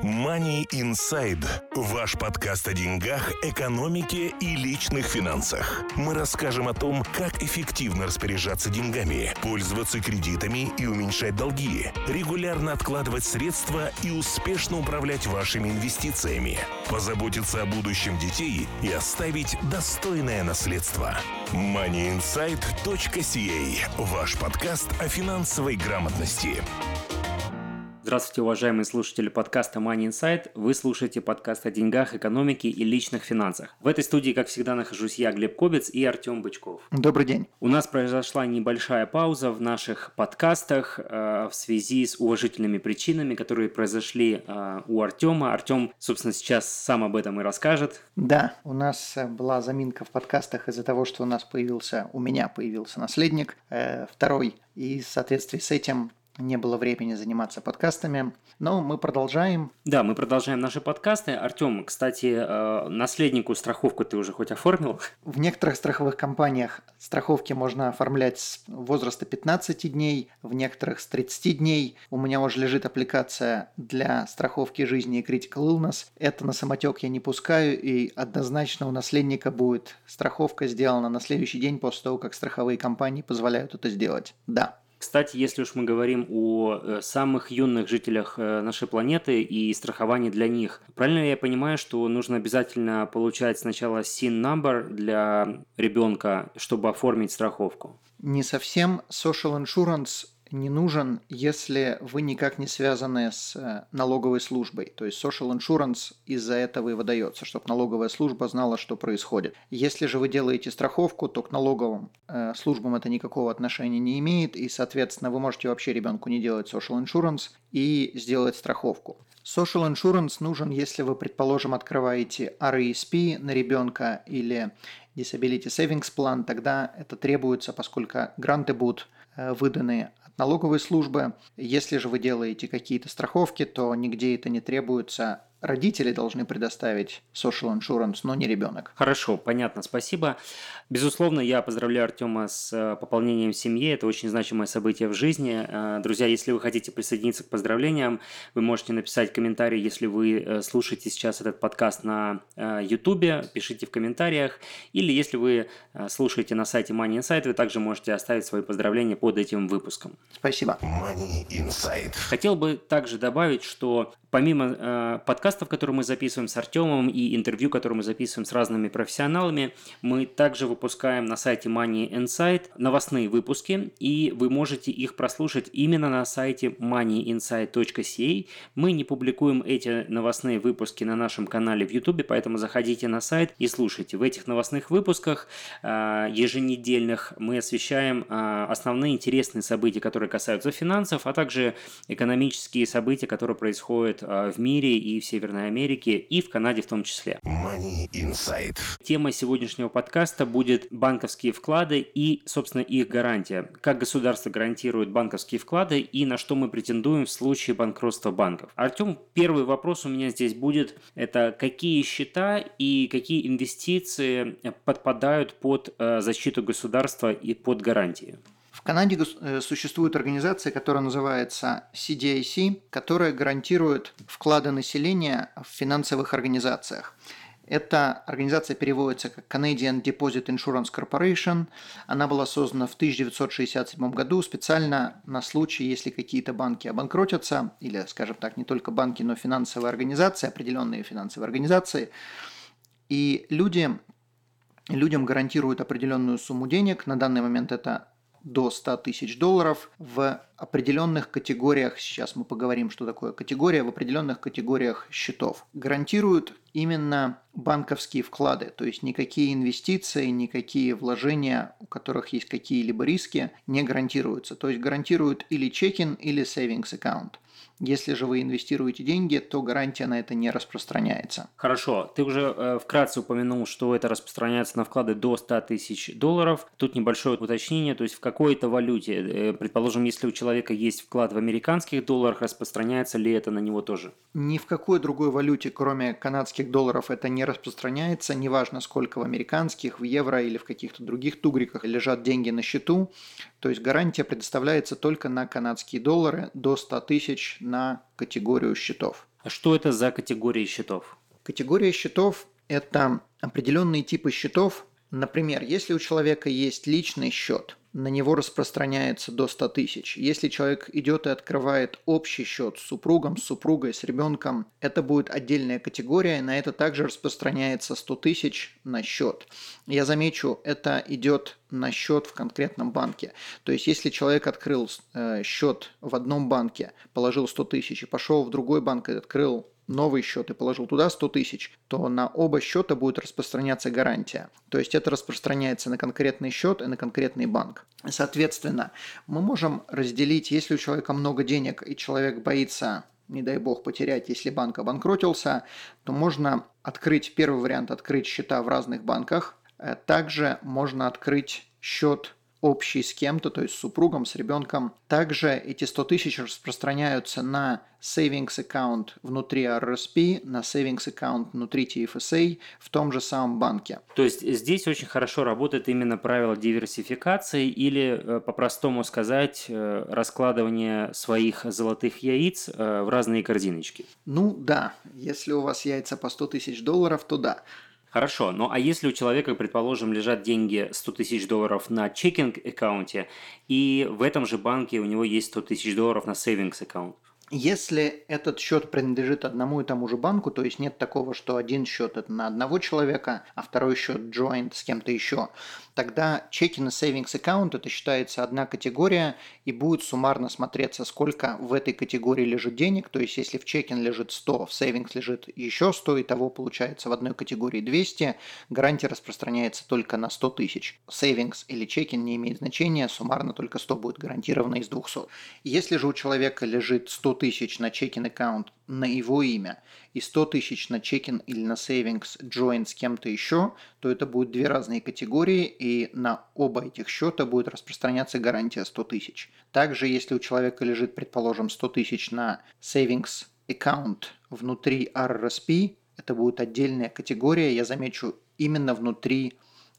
Money Inside – ваш подкаст о деньгах, экономике и личных финансах. Мы расскажем о том, как эффективно распоряжаться деньгами, пользоваться кредитами и уменьшать долги, регулярно откладывать средства и успешно управлять вашими инвестициями, позаботиться о будущем детей и оставить достойное наследство. MoneyInside.ca – ваш подкаст о финансовой грамотности. Здравствуйте, уважаемые слушатели подкаста Money Insight. Вы слушаете подкаст о деньгах, экономике и личных финансах. В этой студии, как всегда, нахожусь я, Глеб Кобец, и Артем Бычков. Добрый день. У нас произошла небольшая пауза в наших подкастах в связи с уважительными причинами, которые произошли у Артема. Артем, собственно, сейчас сам об этом и расскажет. Да, у нас была заминка в подкастах из-за того, что у меня появился наследник, второй, и в соответствии с этим не было времени заниматься подкастами, но мы продолжаем. Да, мы продолжаем наши подкасты. Артем, кстати, наследнику страховку ты уже хоть оформил? В некоторых страховых компаниях страховки можно оформлять с возраста 15 дней, в некоторых с 30 дней. У меня уже лежит аппликация для страховки жизни и critical illness. Это на самотек я не пускаю, и однозначно у наследника будет страховка сделана на следующий день после того, как страховые компании позволяют это сделать. Да. Кстати, если уж мы говорим о самых юных жителях нашей планеты и страховании для них, правильно ли я понимаю, что нужно обязательно получать сначала SIN number для ребенка, чтобы оформить страховку? Не совсем. Social insurance не нужен, если вы никак не связаны с налоговой службой. То есть social insurance из-за этого и выдается, чтобы налоговая служба знала, что происходит. Если же вы делаете страховку, то к налоговым службам это никакого отношения не имеет, и, соответственно, вы можете вообще ребенку не делать social insurance и сделать страховку. Social insurance нужен, если вы, предположим, открываете RESP на ребенка или Disability Savings Plan, тогда это требуется, поскольку гранты будут выданы от налоговой службы. Если же вы делаете какие-то страховки, то нигде это не требуется. Родители должны предоставить social insurance, но не ребенок. Хорошо, понятно, спасибо. Безусловно, я поздравляю Артема с пополнением семьи. Это очень значимое событие в жизни. Друзья, если вы хотите присоединиться к поздравлениям, вы можете написать комментарий, если вы слушаете сейчас этот подкаст на YouTube, пишите в комментариях. Или если вы слушаете на сайте Money Insight, вы также можете оставить свои поздравления под этим выпуском. Спасибо. Money Insight. Хотел бы также добавить, что помимо подкастов, которые мы записываем с Артемом, и интервью, которые мы записываем с разными профессионалами, мы также выпускаем на сайте Money Insight новостные выпуски, и вы можете их прослушать именно на сайте moneyinsight.ca. Мы не публикуем эти новостные выпуски на нашем канале в YouTube, поэтому заходите на сайт и слушайте. В этих новостных выпусках еженедельных мы освещаем основные интересные события, которые касаются финансов, а также экономические события, которые происходят в мире и в Северной Америке, и в Канаде в том числе. Money Insight. Тема сегодняшнего подкаста будет банковские вклады и, собственно, их гарантия. Как государство гарантирует банковские вклады и на что мы претендуем в случае банкротства банков. Артем, первый вопрос у меня здесь будет. Это какие счета и какие инвестиции подпадают под защиту государства и под гарантии? В Канаде существует организация, которая называется CDIC, которая гарантирует вклады населения в финансовых организациях. Эта организация переводится как Canadian Deposit Insurance Corporation. Она была создана в 1967 году специально на случай, если какие-то банки обанкротятся, или, скажем так, не только банки, но финансовые организации, определенные финансовые организации. И людям гарантируют определенную сумму денег. На данный момент это до $100 тысяч в определенных категориях, сейчас мы поговорим, что такое категория, в определенных категориях счетов. Гарантируют именно банковские вклады, то есть никакие инвестиции, никакие вложения, у которых есть какие-либо риски, не гарантируются. То есть гарантируют или чекин, или savings account. Если же вы инвестируете деньги, то гарантия на это не распространяется. Хорошо. Ты уже вкратце упомянул, что это распространяется на вклады до $100 тысяч. Тут небольшое уточнение, то есть в какой-то валюте. Предположим, если у человека есть вклад в американских долларах, распространяется ли это на него тоже? Ни в какой другой валюте, кроме канадских долларов, это не распространяется. Неважно, сколько в американских, в евро или в каких-то других тугриках лежат деньги на счету. То есть гарантия предоставляется только на канадские доллары до 100 тысяч на категорию счетов. А что это за категории счетов? Категория счетов – это определенные типы счетов. Например, если у человека есть личный счет, на него распространяется до 100 тысяч. Если человек идет и открывает общий счет с супругом, с супругой, с ребенком, это будет отдельная категория, на это также распространяется 100 тысяч на счет. Я замечу, это идет на счет в конкретном банке. То есть, если человек открыл счет в одном банке, положил 100 тысяч и пошел в другой банк и открыл новый счет и положил туда 100 тысяч, то на оба счета будет распространяться гарантия. То есть это распространяется на конкретный счет и на конкретный банк. Соответственно, мы можем разделить, если у человека много денег и человек боится, не дай бог, потерять, если банк обанкротился, то можно открыть, первый вариант, открыть счета в разных банках. Также можно открыть счет общий с кем-то, то есть с супругом, с ребенком. Также эти 100 тысяч распространяются на savings аккаунт внутри RRSP, на savings аккаунт внутри TFSA в том же самом банке. То есть здесь очень хорошо работает именно правило диверсификации или, по-простому сказать, раскладывание своих золотых яиц в разные корзиночки. Ну да, если у вас яйца по 100 тысяч долларов, то да. Хорошо, ну а если у человека, предположим, лежат деньги 100 тысяч долларов на чекинг-аккаунте, и в этом же банке у него есть 100 тысяч долларов на сейвингс-аккаунт? Если этот счет принадлежит одному и тому же банку, то есть нет такого, что один счет это на одного человека, а второй счет joint с кем-то еще, тогда checking и savings аккаунт это считается одна категория и будет суммарно смотреться, сколько в этой категории лежит денег. То есть если в checking лежит 100, в savings лежит еще 100, и того получается в одной категории 200, гарантия распространяется только на 100 тысяч. Savings или checking не имеет значения, суммарно только 100 будет гарантировано из 200. Если же у человека лежит 100 тысяч на checking аккаунт на его имя и 100 тысяч на checking или на savings joint с кем-то еще, то это будут две разные категории, и на оба этих счета будет распространяться гарантия 100 тысяч. Также, если у человека лежит, предположим, 100 тысяч на savings аккаунт внутри RRSP, это будет отдельная категория, я замечу, именно внутри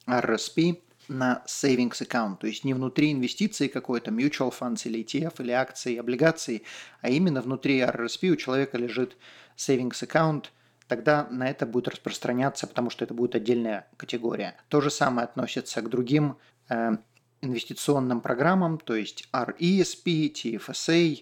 RRSP, на savings аккаунт, то есть не внутри инвестиции какой-то, mutual funds или ETF, или акции, облигации, а именно внутри RRSP у человека лежит savings аккаунт, тогда на это будет распространяться, потому что это будет отдельная категория. То же самое относится к другим инвестиционным программам, то есть RESP, TFSA,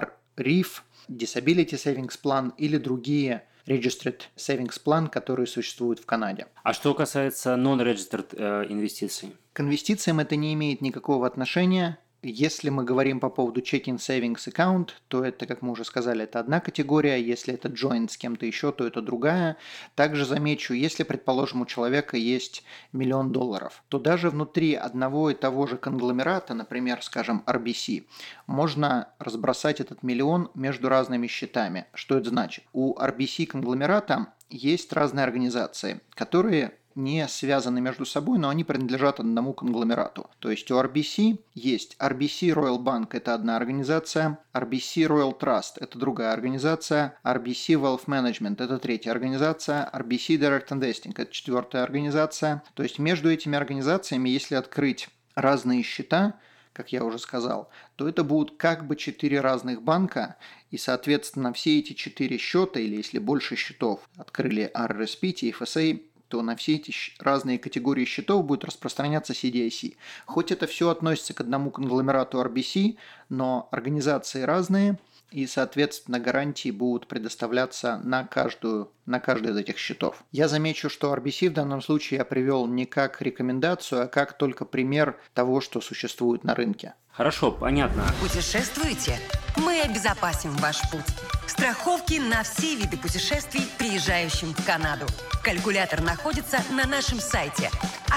RRIF, Disability Savings Plan или другие Registered Savings Plan, которые существуют в Канаде. А что касается non-registered инвестиций? К инвестициям это не имеет никакого отношения. Если мы говорим по поводу checking savings account, то это, как мы уже сказали, это одна категория. Если это joint с кем-то еще, то это другая. Также замечу, если, предположим, у человека есть $1 миллион, то даже внутри одного и того же конгломерата, например, скажем, RBC, можно разбросать этот миллион между разными счетами. Что это значит? У RBC конгломерата есть разные организации, которые не связаны между собой, но они принадлежат одному конгломерату. То есть у RBC есть RBC Royal Bank – это одна организация, RBC Royal Trust – это другая организация, RBC Wealth Management – это третья организация, RBC Direct Investing – это четвертая организация. То есть между этими организациями, если открыть разные счета, как я уже сказал, то это будут как бы 4 разных банка, и, соответственно, все эти 4 счета, или если больше счетов, открыли RRSP, TFSA, то на все эти разные категории счетов будет распространяться CDIC. Хоть это все относится к одному конгломерату RBC, но организации разные, и, соответственно, гарантии будут предоставляться на каждый из этих счетов. Я замечу, что RBC в данном случае я привел не как рекомендацию, а как только пример того, что существует на рынке. Хорошо, понятно. Путешествуете? Мы обезопасим ваш путь. Страховки на все виды путешествий, приезжающим в Канаду. Калькулятор находится на нашем сайте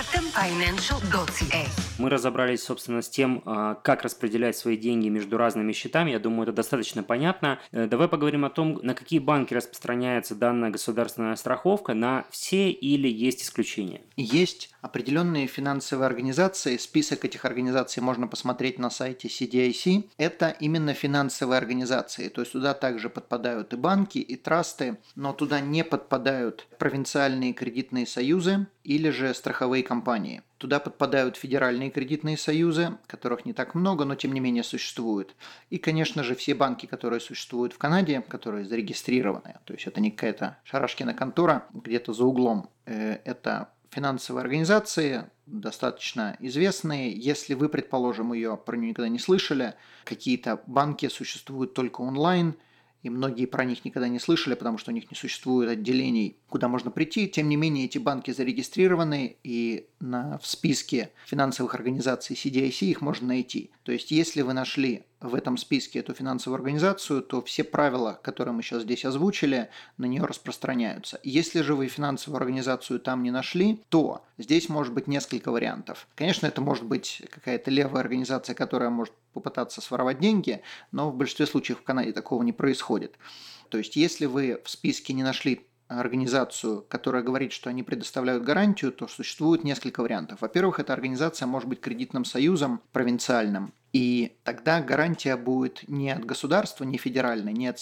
atomfinancial.ca. Мы разобрались, собственно, с тем, как распределять свои деньги между разными счетами. Я думаю, это достаточно понятно. Давай поговорим о том, на какие банки распространяется данная государственная страховка, на все или есть исключения? Есть определенные финансовые организации. Список этих организаций можно посмотреть на сайте CDIC. Это именно финансовые финансовые организации. То есть туда также подпадают и банки, и трасты, но туда не подпадают провинциальные кредитные союзы или же страховые компании. Туда подпадают федеральные кредитные союзы, которых не так много, но тем не менее существуют. И, конечно же, все банки, которые существуют в Канаде, которые зарегистрированы. То есть это не какая-то шарашкина контора где-то за углом. Это финансовые организации, достаточно известные. Если вы, предположим, про нее никогда не слышали, какие-то банки существуют только онлайн, и многие про них никогда не слышали, потому что у них не существует отделений, куда можно прийти. Тем не менее, эти банки зарегистрированы, и в списке финансовых организаций CDIC их можно найти. То есть, если вы нашли в этом списке эту финансовую организацию, то все правила, которые мы сейчас здесь озвучили, на нее распространяются. Если же вы финансовую организацию там не нашли, то здесь может быть несколько вариантов. Конечно, это может быть какая-то левая организация, которая может попытаться своровать деньги, но в большинстве случаев в Канаде такого не происходит. То есть, если вы в списке не нашли организацию, которая говорит, что они предоставляют гарантию, то существует несколько вариантов. Во-первых, эта организация может быть кредитным союзом провинциальным, и тогда гарантия будет не от государства, не федеральной, не от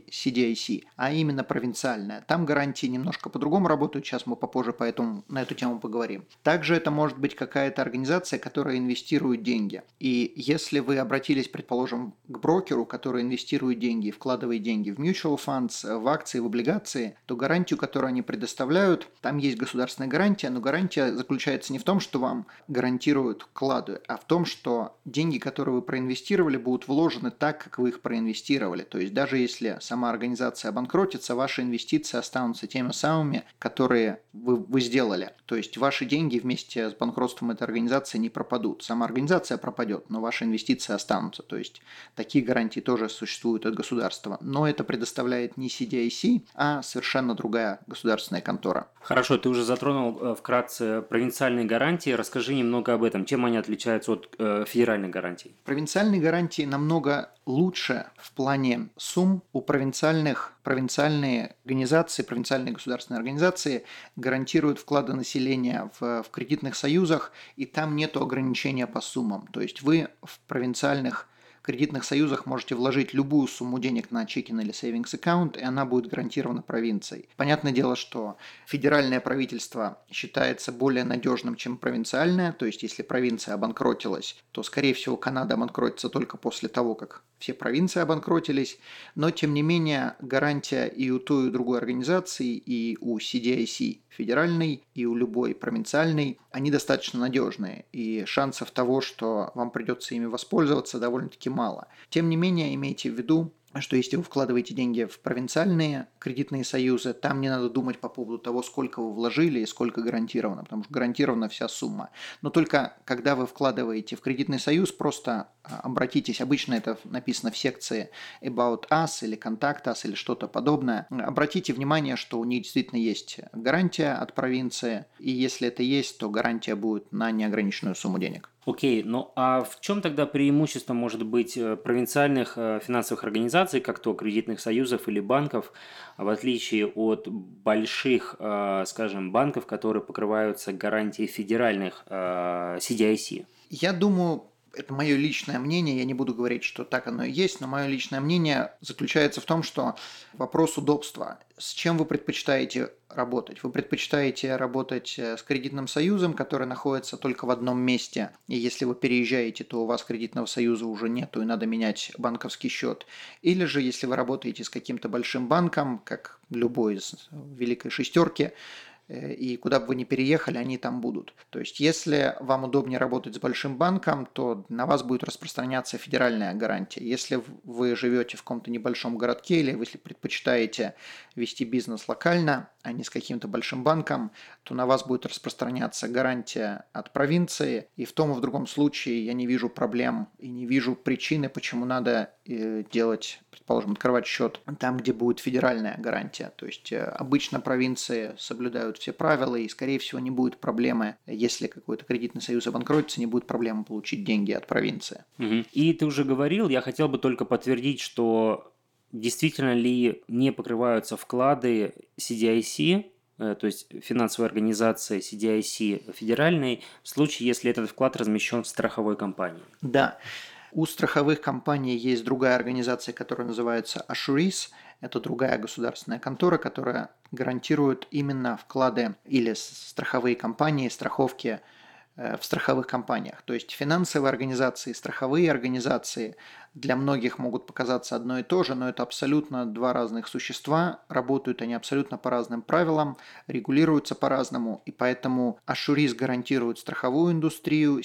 CDIC, а именно провинциальная. Там гарантии немножко по-другому работают, сейчас мы попозже на эту тему поговорим. Также это может быть какая-то организация, которая инвестирует деньги. И если вы обратились, предположим, к брокеру, который инвестирует деньги, вкладывает деньги в mutual funds, в акции, в облигации, то гарантию, которую они предоставляют, там есть государственная гарантия, но гарантия заключается не в том, что вам гарантируют вклады, а в том, что деньги, которые вы проинвестировали, будут вложены так, как вы их проинвестировали. То есть даже если сама организация обанкротится, ваши инвестиции останутся теми самыми, которые вы сделали. То есть ваши деньги вместе с банкротством этой организации не пропадут. Сама организация пропадет, но ваши инвестиции останутся. То есть такие гарантии тоже существуют от государства. Но это предоставляет не CDIC, а совершенно другая государственная контора. Хорошо, ты уже затронул вкратце провинциальные гарантии. Расскажи немного об этом. Чем они отличаются от федеральных гарантий? Провинциальные гарантии намного лучше в плане сумм. У провинциальные организации, провинциальные государственные организации гарантируют вклады населения в кредитных союзах, и там нет ограничения по суммам. То есть вы в провинциальных кредитных союзах можете вложить любую сумму денег на чекин или savings аккаунт, и она будет гарантирована провинцией. Понятное дело, что федеральное правительство считается более надежным, чем провинциальное, то есть если провинция обанкротилась, то, скорее всего, Канада обанкротится только после того, как все провинции обанкротились, но, тем не менее, гарантия и у той, и у другой организации, и у CDIC федеральной, и у любой провинциальной, они достаточно надежные, и шансов того, что вам придется ими воспользоваться, довольно-таки мало. Тем не менее, имейте в виду, что если вы вкладываете деньги в провинциальные кредитные союзы, там не надо думать по поводу того, сколько вы вложили и сколько гарантировано, потому что гарантирована вся сумма. Но только когда вы вкладываете в кредитный союз, просто обратитесь, обычно это написано в секции About Us или Contact Us или что-то подобное, обратите внимание, что у них действительно есть гарантия от провинции, и если это есть, то гарантия будет на неограниченную сумму денег. Окей, ну а в чем тогда преимущество может быть провинциальных финансовых организаций, как то кредитных союзов или банков, в отличие от больших, скажем, банков, которые покрываются гарантией федеральных CDIC? Я думаю, это мое личное мнение, я не буду говорить, что так оно и есть, но мое личное мнение заключается в том, что вопрос удобства. С чем вы предпочитаете работать? Вы предпочитаете работать с кредитным союзом, который находится только в одном месте, и если вы переезжаете, то у вас кредитного союза уже нету и надо менять банковский счет. Или же, если вы работаете с каким-то большим банком, как любой из Великой Шестерки, и куда бы вы ни переехали, они там будут. То есть, если вам удобнее работать с большим банком, то на вас будет распространяться федеральная гарантия. Если вы живете в каком-то небольшом городке или если предпочитаете вести бизнес локально, а не с каким-то большим банком, то на вас будет распространяться гарантия от провинции. И в том и в другом случае я не вижу проблем и не вижу причины, почему надо делать, предположим, открывать счет там, где будет федеральная гарантия. То есть обычно провинции соблюдают все правила, и, скорее всего, не будет проблемы, если какой-то кредитный союз обанкротится, не будет проблемы получить деньги от провинции. И ты уже говорил, я хотел бы только подтвердить, что действительно ли не покрываются вклады CDIC, то есть финансовой организации CDIC федеральной, в случае, если этот вклад размещен в страховой компании? Да. У страховых компаний есть другая организация, которая называется Assuris. Это другая государственная контора, которая гарантирует именно вклады или страховые компании, страховки в страховых компаниях. То есть финансовые организации, страховые организации для многих могут показаться одно и то же, но это абсолютно два разных существа, работают они абсолютно по разным правилам, регулируются по-разному, и поэтому Assuris гарантирует страховую индустрию,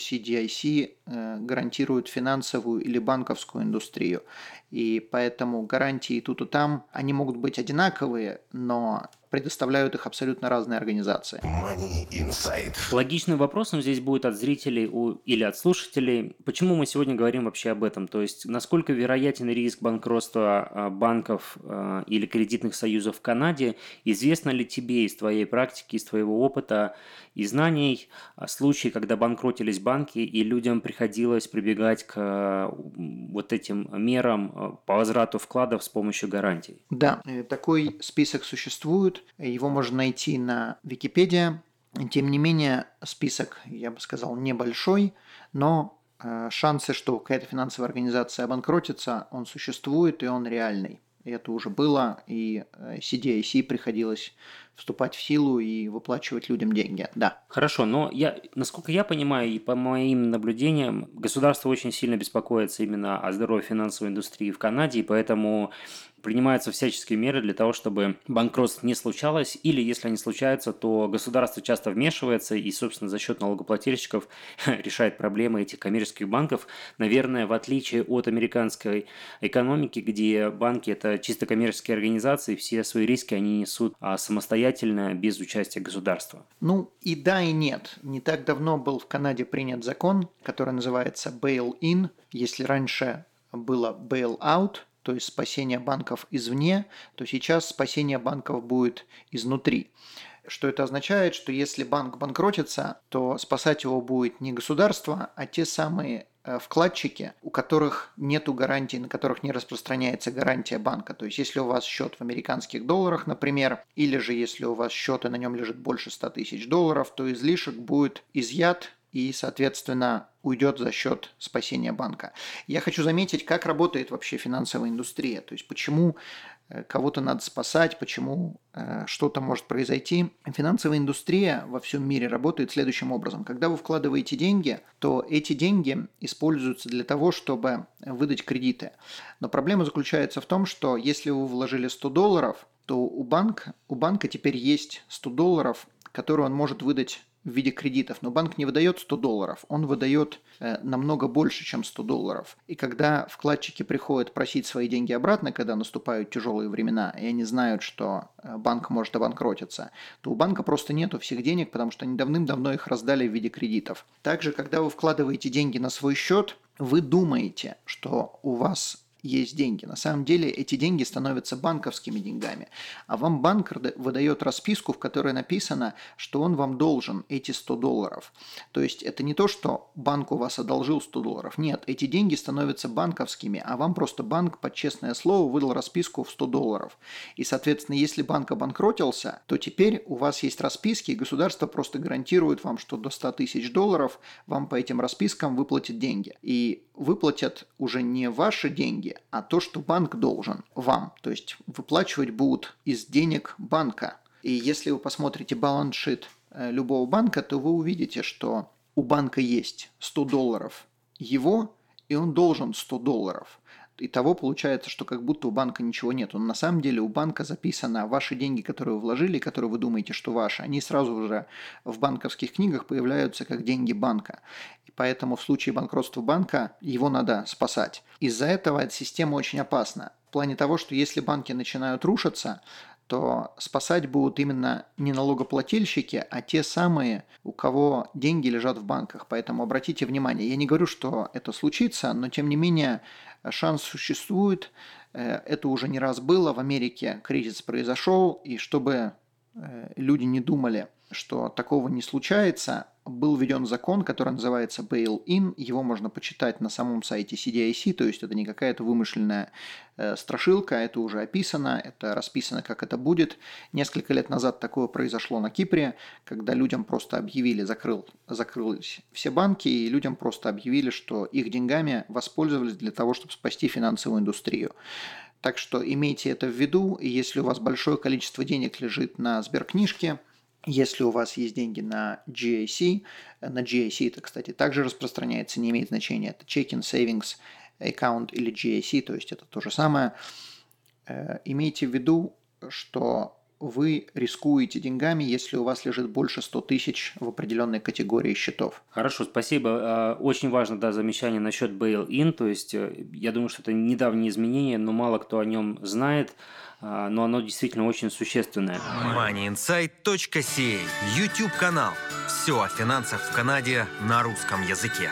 CDIC гарантирует финансовую или банковскую индустрию. И поэтому гарантии тут и там, они могут быть одинаковые, но предоставляют их абсолютно разные организации. Money Inside. Логичным вопросом здесь будет от зрителей или от слушателей, почему мы сегодня говорим вообще об этом, то есть насколько вероятен риск банкротства банков или кредитных союзов в Канаде, известно ли тебе из твоей практики, из твоего опыта и знаний случаи, когда банкротились банки и людям приходилось прибегать к вот этим мерам по возврату вкладов с помощью гарантий? Да, такой список существует, его можно найти на Википедии. Тем не менее, список, я бы сказал, небольшой, но шансы, что какая-то финансовая организация обанкротится, он существует и он реальный. И это уже было, и CDIC приходилось вступать в силу и выплачивать людям деньги, да. Хорошо, но насколько я понимаю, и по моим наблюдениям, государство очень сильно беспокоится именно о здоровье финансовой индустрии в Канаде, и поэтому принимаются всяческие меры для того, чтобы банкротств не случалось, или если они случаются, то государство часто вмешивается и, собственно, за счет налогоплательщиков решает проблемы этих коммерческих банков. Наверное, в отличие от американской экономики, где банки – это чисто коммерческие организации, все свои риски они несут самостоятельно, без участия государства. Ну и да, и нет. Не так давно был в Канаде принят закон, который называется Bail-in. Если раньше было Bail-out, то есть спасение банков извне, то сейчас спасение банков будет изнутри. Что это означает? Что если банк банкротится, то спасать его будет не государство, а те самые вкладчики, у которых нету гарантии, на которых не распространяется гарантия банка. То есть если у вас счет в американских долларах, например, или же если у вас счет и на нем лежит больше 100 тысяч долларов, то излишек будет изъят и, соответственно, уйдет за счет спасения банка. Я хочу заметить, как работает вообще финансовая индустрия, то есть почему кого-то надо спасать, почему что-то может произойти. Финансовая индустрия во всем мире работает следующим образом. Когда вы вкладываете деньги, то эти деньги используются для того, чтобы выдать кредиты. Но проблема заключается в том, что если вы вложили 100 долларов, то у банка теперь есть 100 долларов, которые он может выдать в виде кредитов, но банк не выдает 100 долларов, он выдает намного больше, чем 100 долларов. И когда вкладчики приходят просить свои деньги обратно, когда наступают тяжелые времена, и они знают, что банк может обанкротиться, то у банка просто нету всех денег, потому что они давным-давно их раздали в виде кредитов. Также, когда вы вкладываете деньги на свой счет, вы думаете, что у вас есть деньги. На самом деле эти деньги становятся банковскими деньгами. А вам банк выдает расписку, в которой написано, что он вам должен эти 100 долларов. То есть это не то, что банк у вас одолжил 100 долларов. Нет, эти деньги становятся банковскими, а вам просто банк под честное слово выдал расписку в 100 долларов. И, соответственно, если банк обанкротился, то теперь у вас есть расписки, и государство просто гарантирует вам, что до 100 тысяч долларов вам по этим распискам выплатят деньги. И выплатят уже не ваши деньги, а то, что банк должен вам. То есть выплачивать будут из денег банка. И если вы посмотрите баланс-шит любого банка, то вы увидите, что у банка есть 100 долларов его, и он должен 100 долларов. Итого получается, что как будто у банка ничего нет. Но на самом деле у банка записано ваши деньги, которые вы вложили, которые вы думаете, что ваши, они сразу же в банковских книгах появляются как деньги банка. И поэтому в случае банкротства банка его надо спасать. Из-за этого эта система очень опасна. В плане того, что если банки начинают рушиться, то спасать будут именно не налогоплательщики, а те самые, у кого деньги лежат в банках. Поэтому обратите внимание, я не говорю, что это случится, но тем не менее шанс существует. Это уже не раз было. В Америке кризис произошел, и чтобы люди не думали, что такого не случается, был введен закон, который называется Bail-in. Его можно почитать на самом сайте CDIC, то есть это не какая-то вымышленная страшилка, это уже описано, это расписано, как это будет. Несколько лет назад такое произошло на Кипре, когда людям просто объявили, закрылись все банки, и людям просто объявили, что их деньгами воспользовались для того, чтобы спасти финансовую индустрию. Так что имейте это в виду, и если у вас большое количество денег лежит на сберкнижке, если у вас есть деньги на GIC это, кстати, также распространяется, не имеет значения, это Checking Savings Account или GIC, то есть это то же самое. Имейте в виду, что вы рискуете деньгами, если у вас лежит больше 100 тысяч в определенной категории счетов. Хорошо, спасибо. Очень важно, замечание насчет bail-in, то есть я думаю, что это недавнее изменение, но мало кто о нем знает, но оно действительно очень существенное. moneyinsight.ca YouTube-канал. Все о финансах в Канаде на русском языке.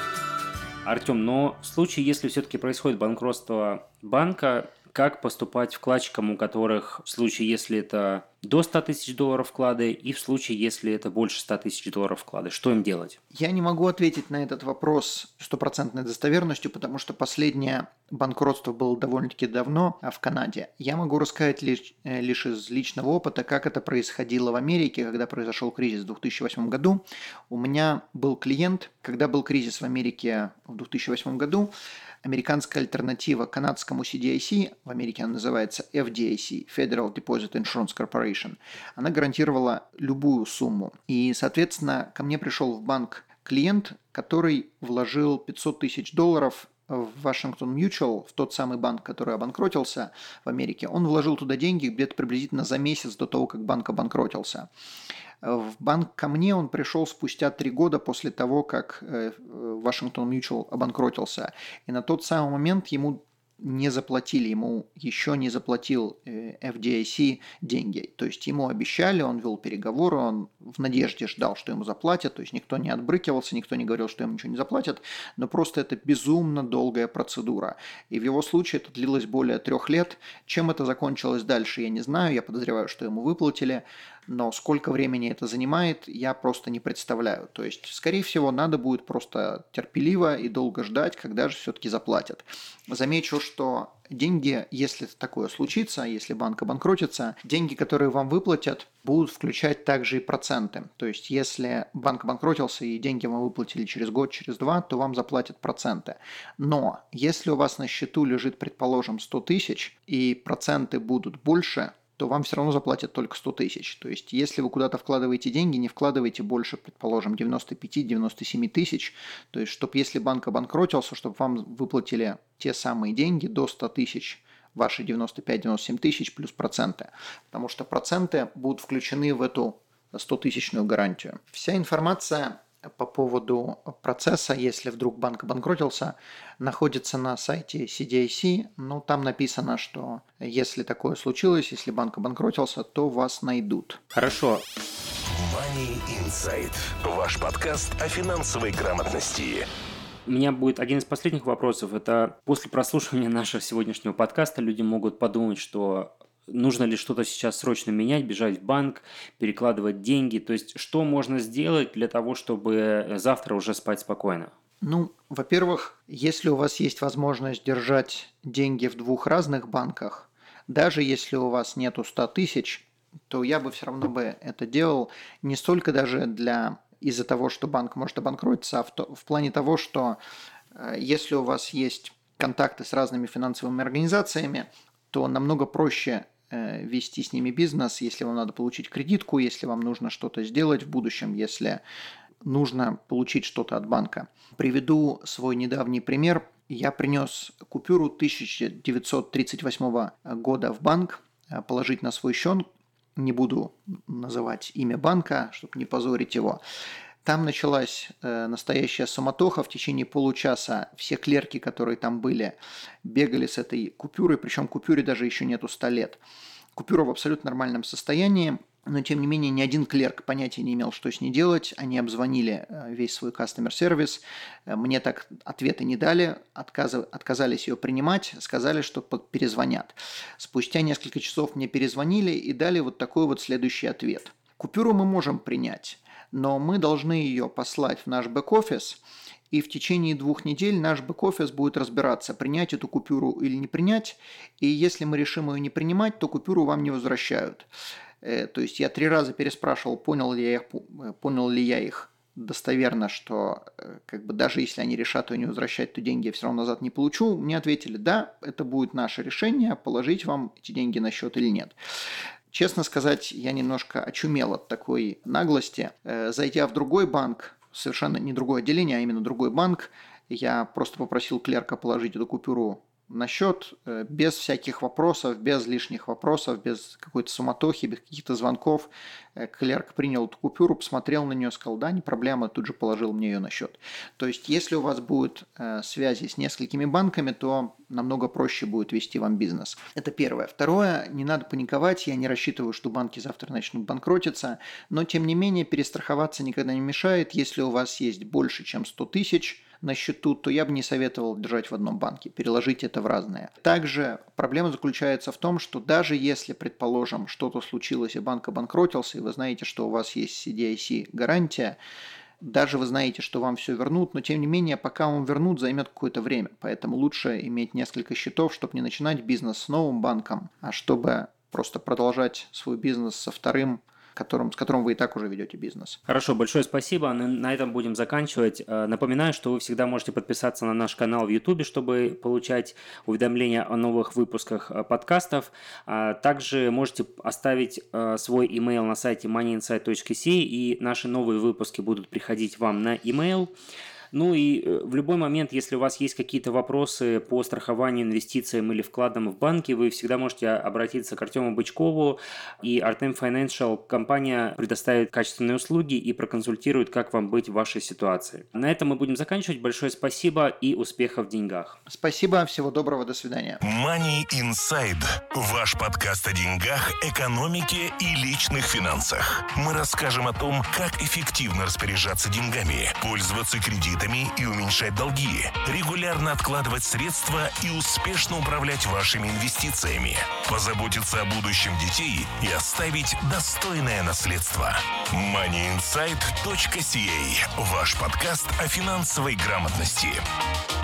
Артем, но в случае, если все-таки происходит банкротство банка, как поступать вкладчикам, у которых в случае, если это до 100 тысяч долларов вклады, и в случае, если это больше 100 тысяч долларов вклады? Что им делать? Я не могу ответить на этот вопрос стопроцентной достоверностью, потому что последнее банкротство было довольно-таки давно в Канаде. Я могу рассказать лишь из личного опыта, как это происходило в Америке, когда произошел кризис в 2008 году. У меня был клиент, когда был кризис в Америке в 2008 году, американская альтернатива канадскому CDIC, в Америке она называется FDIC, Federal Deposit Insurance Corporation, она гарантировала любую сумму. И, соответственно, ко мне пришел в банк клиент, который вложил 500 тысяч долларов в Washington Mutual, в тот самый банк, который обанкротился в Америке. Он вложил туда деньги где-то приблизительно за месяц до того, как банк обанкротился. В банк ко мне он пришел спустя 3 года после того, как Washington Mutual обанкротился. И на тот самый момент ему не заплатили, ему еще не заплатил FDIC деньги. То есть ему обещали, он вел переговоры, он в надежде ждал, что ему заплатят. То есть никто не отбрыкивался, никто не говорил, что ему ничего не заплатят. Но просто это безумно долгая процедура. И в его случае это длилось более 3 лет. Чем это закончилось дальше, я не знаю. Я подозреваю, что ему выплатили. Но сколько времени это занимает, я просто не представляю. То есть, скорее всего, надо будет просто терпеливо и долго ждать, когда же все-таки заплатят. Замечу, что деньги, если такое случится, если банк обанкротится, деньги, которые вам выплатят, будут включать также и проценты. То есть, если банк обанкротился и деньги вам выплатили через год, через 2, то вам заплатят проценты. Но если у вас на счету лежит, предположим, 100 тысяч, и проценты будут больше, то вам все равно заплатят только 100 тысяч. То есть, если вы куда-то вкладываете деньги, не вкладывайте больше, предположим, 95-97 тысяч. То есть, чтобы если банк обанкротился, чтобы вам выплатили те самые деньги до 100 тысяч, ваши 95-97 тысяч плюс проценты. Потому что проценты будут включены в эту 100-тысячную гарантию. Вся информация по поводу процесса, если вдруг банк обанкротился, находится на сайте CDIC. Ну, там написано, что если такое случилось, если банк обанкротился, то вас найдут. Хорошо. Money Insight. Ваш подкаст о финансовой грамотности. У меня будет один из последних вопросов. Это после прослушивания нашего сегодняшнего подкаста люди могут подумать, что нужно ли что-то сейчас срочно менять, бежать в банк, перекладывать деньги? То есть, что можно сделать для того, чтобы завтра уже спать спокойно? Ну, во-первых, если у вас есть возможность держать деньги в 2 разных банках, даже если у вас нету 100 тысяч, то я бы все равно бы это делал не столько даже из-за того, что банк может обанкротиться, а в плане того, что если у вас есть контакты с разными финансовыми организациями, то намного проще вести с ними бизнес, если вам надо получить кредитку, если вам нужно что-то сделать в будущем, если нужно получить что-то от банка. Приведу свой недавний пример. Я принес купюру 1938 года в банк положить на свой счет. Не буду называть имя банка, чтобы не позорить его. Там началась настоящая суматоха. В течение получаса все клерки, которые там были, бегали с этой купюрой, причем купюре даже еще нету 100 лет. Купюра в абсолютно нормальном состоянии, но тем не менее ни один клерк понятия не имел, что с ней делать. Они обзвонили весь свой customer service, мне так ответы не дали, отказались ее принимать, сказали, что перезвонят. Спустя несколько часов мне перезвонили и дали вот такой вот следующий ответ. Купюру мы можем принять, но мы должны ее послать в наш бэк-офис, и в течение 2 недель наш бэк-офис будет разбираться, принять эту купюру или не принять, и если мы решим ее не принимать, то купюру вам не возвращают. То есть я 3 раза переспрашивал, понял ли я их достоверно, что даже если они решат ее не возвращать, то деньги я все равно назад не получу. Мне ответили, да, это будет наше решение, положить вам эти деньги на счет или нет. Честно сказать, я немножко очумел от такой наглости. Зайдя в другой банк, совершенно не другое отделение, а именно другой банк, я просто попросил клерка положить эту купюру на счет без всяких вопросов, без лишних вопросов, без какой-то суматохи, без каких-то звонков. Клерк принял эту купюру, посмотрел на нее, сказал, да, не проблема, тут же положил мне ее на счет. То есть, если у вас будут связи с несколькими банками, то намного проще будет вести вам бизнес. Это первое. Второе, не надо паниковать, я не рассчитываю, что банки завтра начнут банкротиться, но тем не менее перестраховаться никогда не мешает. Если у вас есть больше, чем 100 тысяч на счету, то я бы не советовал держать в одном банке, переложить это в разные. Также проблема заключается в том, что даже если, предположим, что-то случилось и банк обанкротился, и вы знаете, что у вас есть CDIC гарантия, даже вы знаете, что вам все вернут, но тем не менее, пока вам вернут, займет какое-то время. Поэтому лучше иметь несколько счетов, чтобы не начинать бизнес с новым банком, а чтобы просто продолжать свой бизнес со вторым, с которым вы и так уже ведете бизнес. Хорошо, большое спасибо. На этом будем заканчивать. Напоминаю, что вы всегда можете подписаться на наш канал в YouTube, чтобы получать уведомления о новых выпусках подкастов. Также можете оставить свой email на сайте moneyinsight.ca, и наши новые выпуски будут приходить вам на email. Ну и в любой момент, если у вас есть какие-то вопросы по страхованию, инвестициям или вкладам в банки, вы всегда можете обратиться к Артему Бычкову, и Artem Financial компания предоставит качественные услуги и проконсультирует, как вам быть в вашей ситуации. На этом мы будем заканчивать. Большое спасибо и успехов в деньгах. Спасибо, всего доброго, до свидания. Money Inside. Ваш подкаст о деньгах, экономике и личных финансах. Мы расскажем о том, как эффективно распоряжаться деньгами, пользоваться кредитами и уменьшать долги, регулярно откладывать средства и успешно управлять вашими инвестициями, позаботиться о будущем детей и оставить достойное наследство. moneyinsight.ca. Ваш подкаст о финансовой грамотности.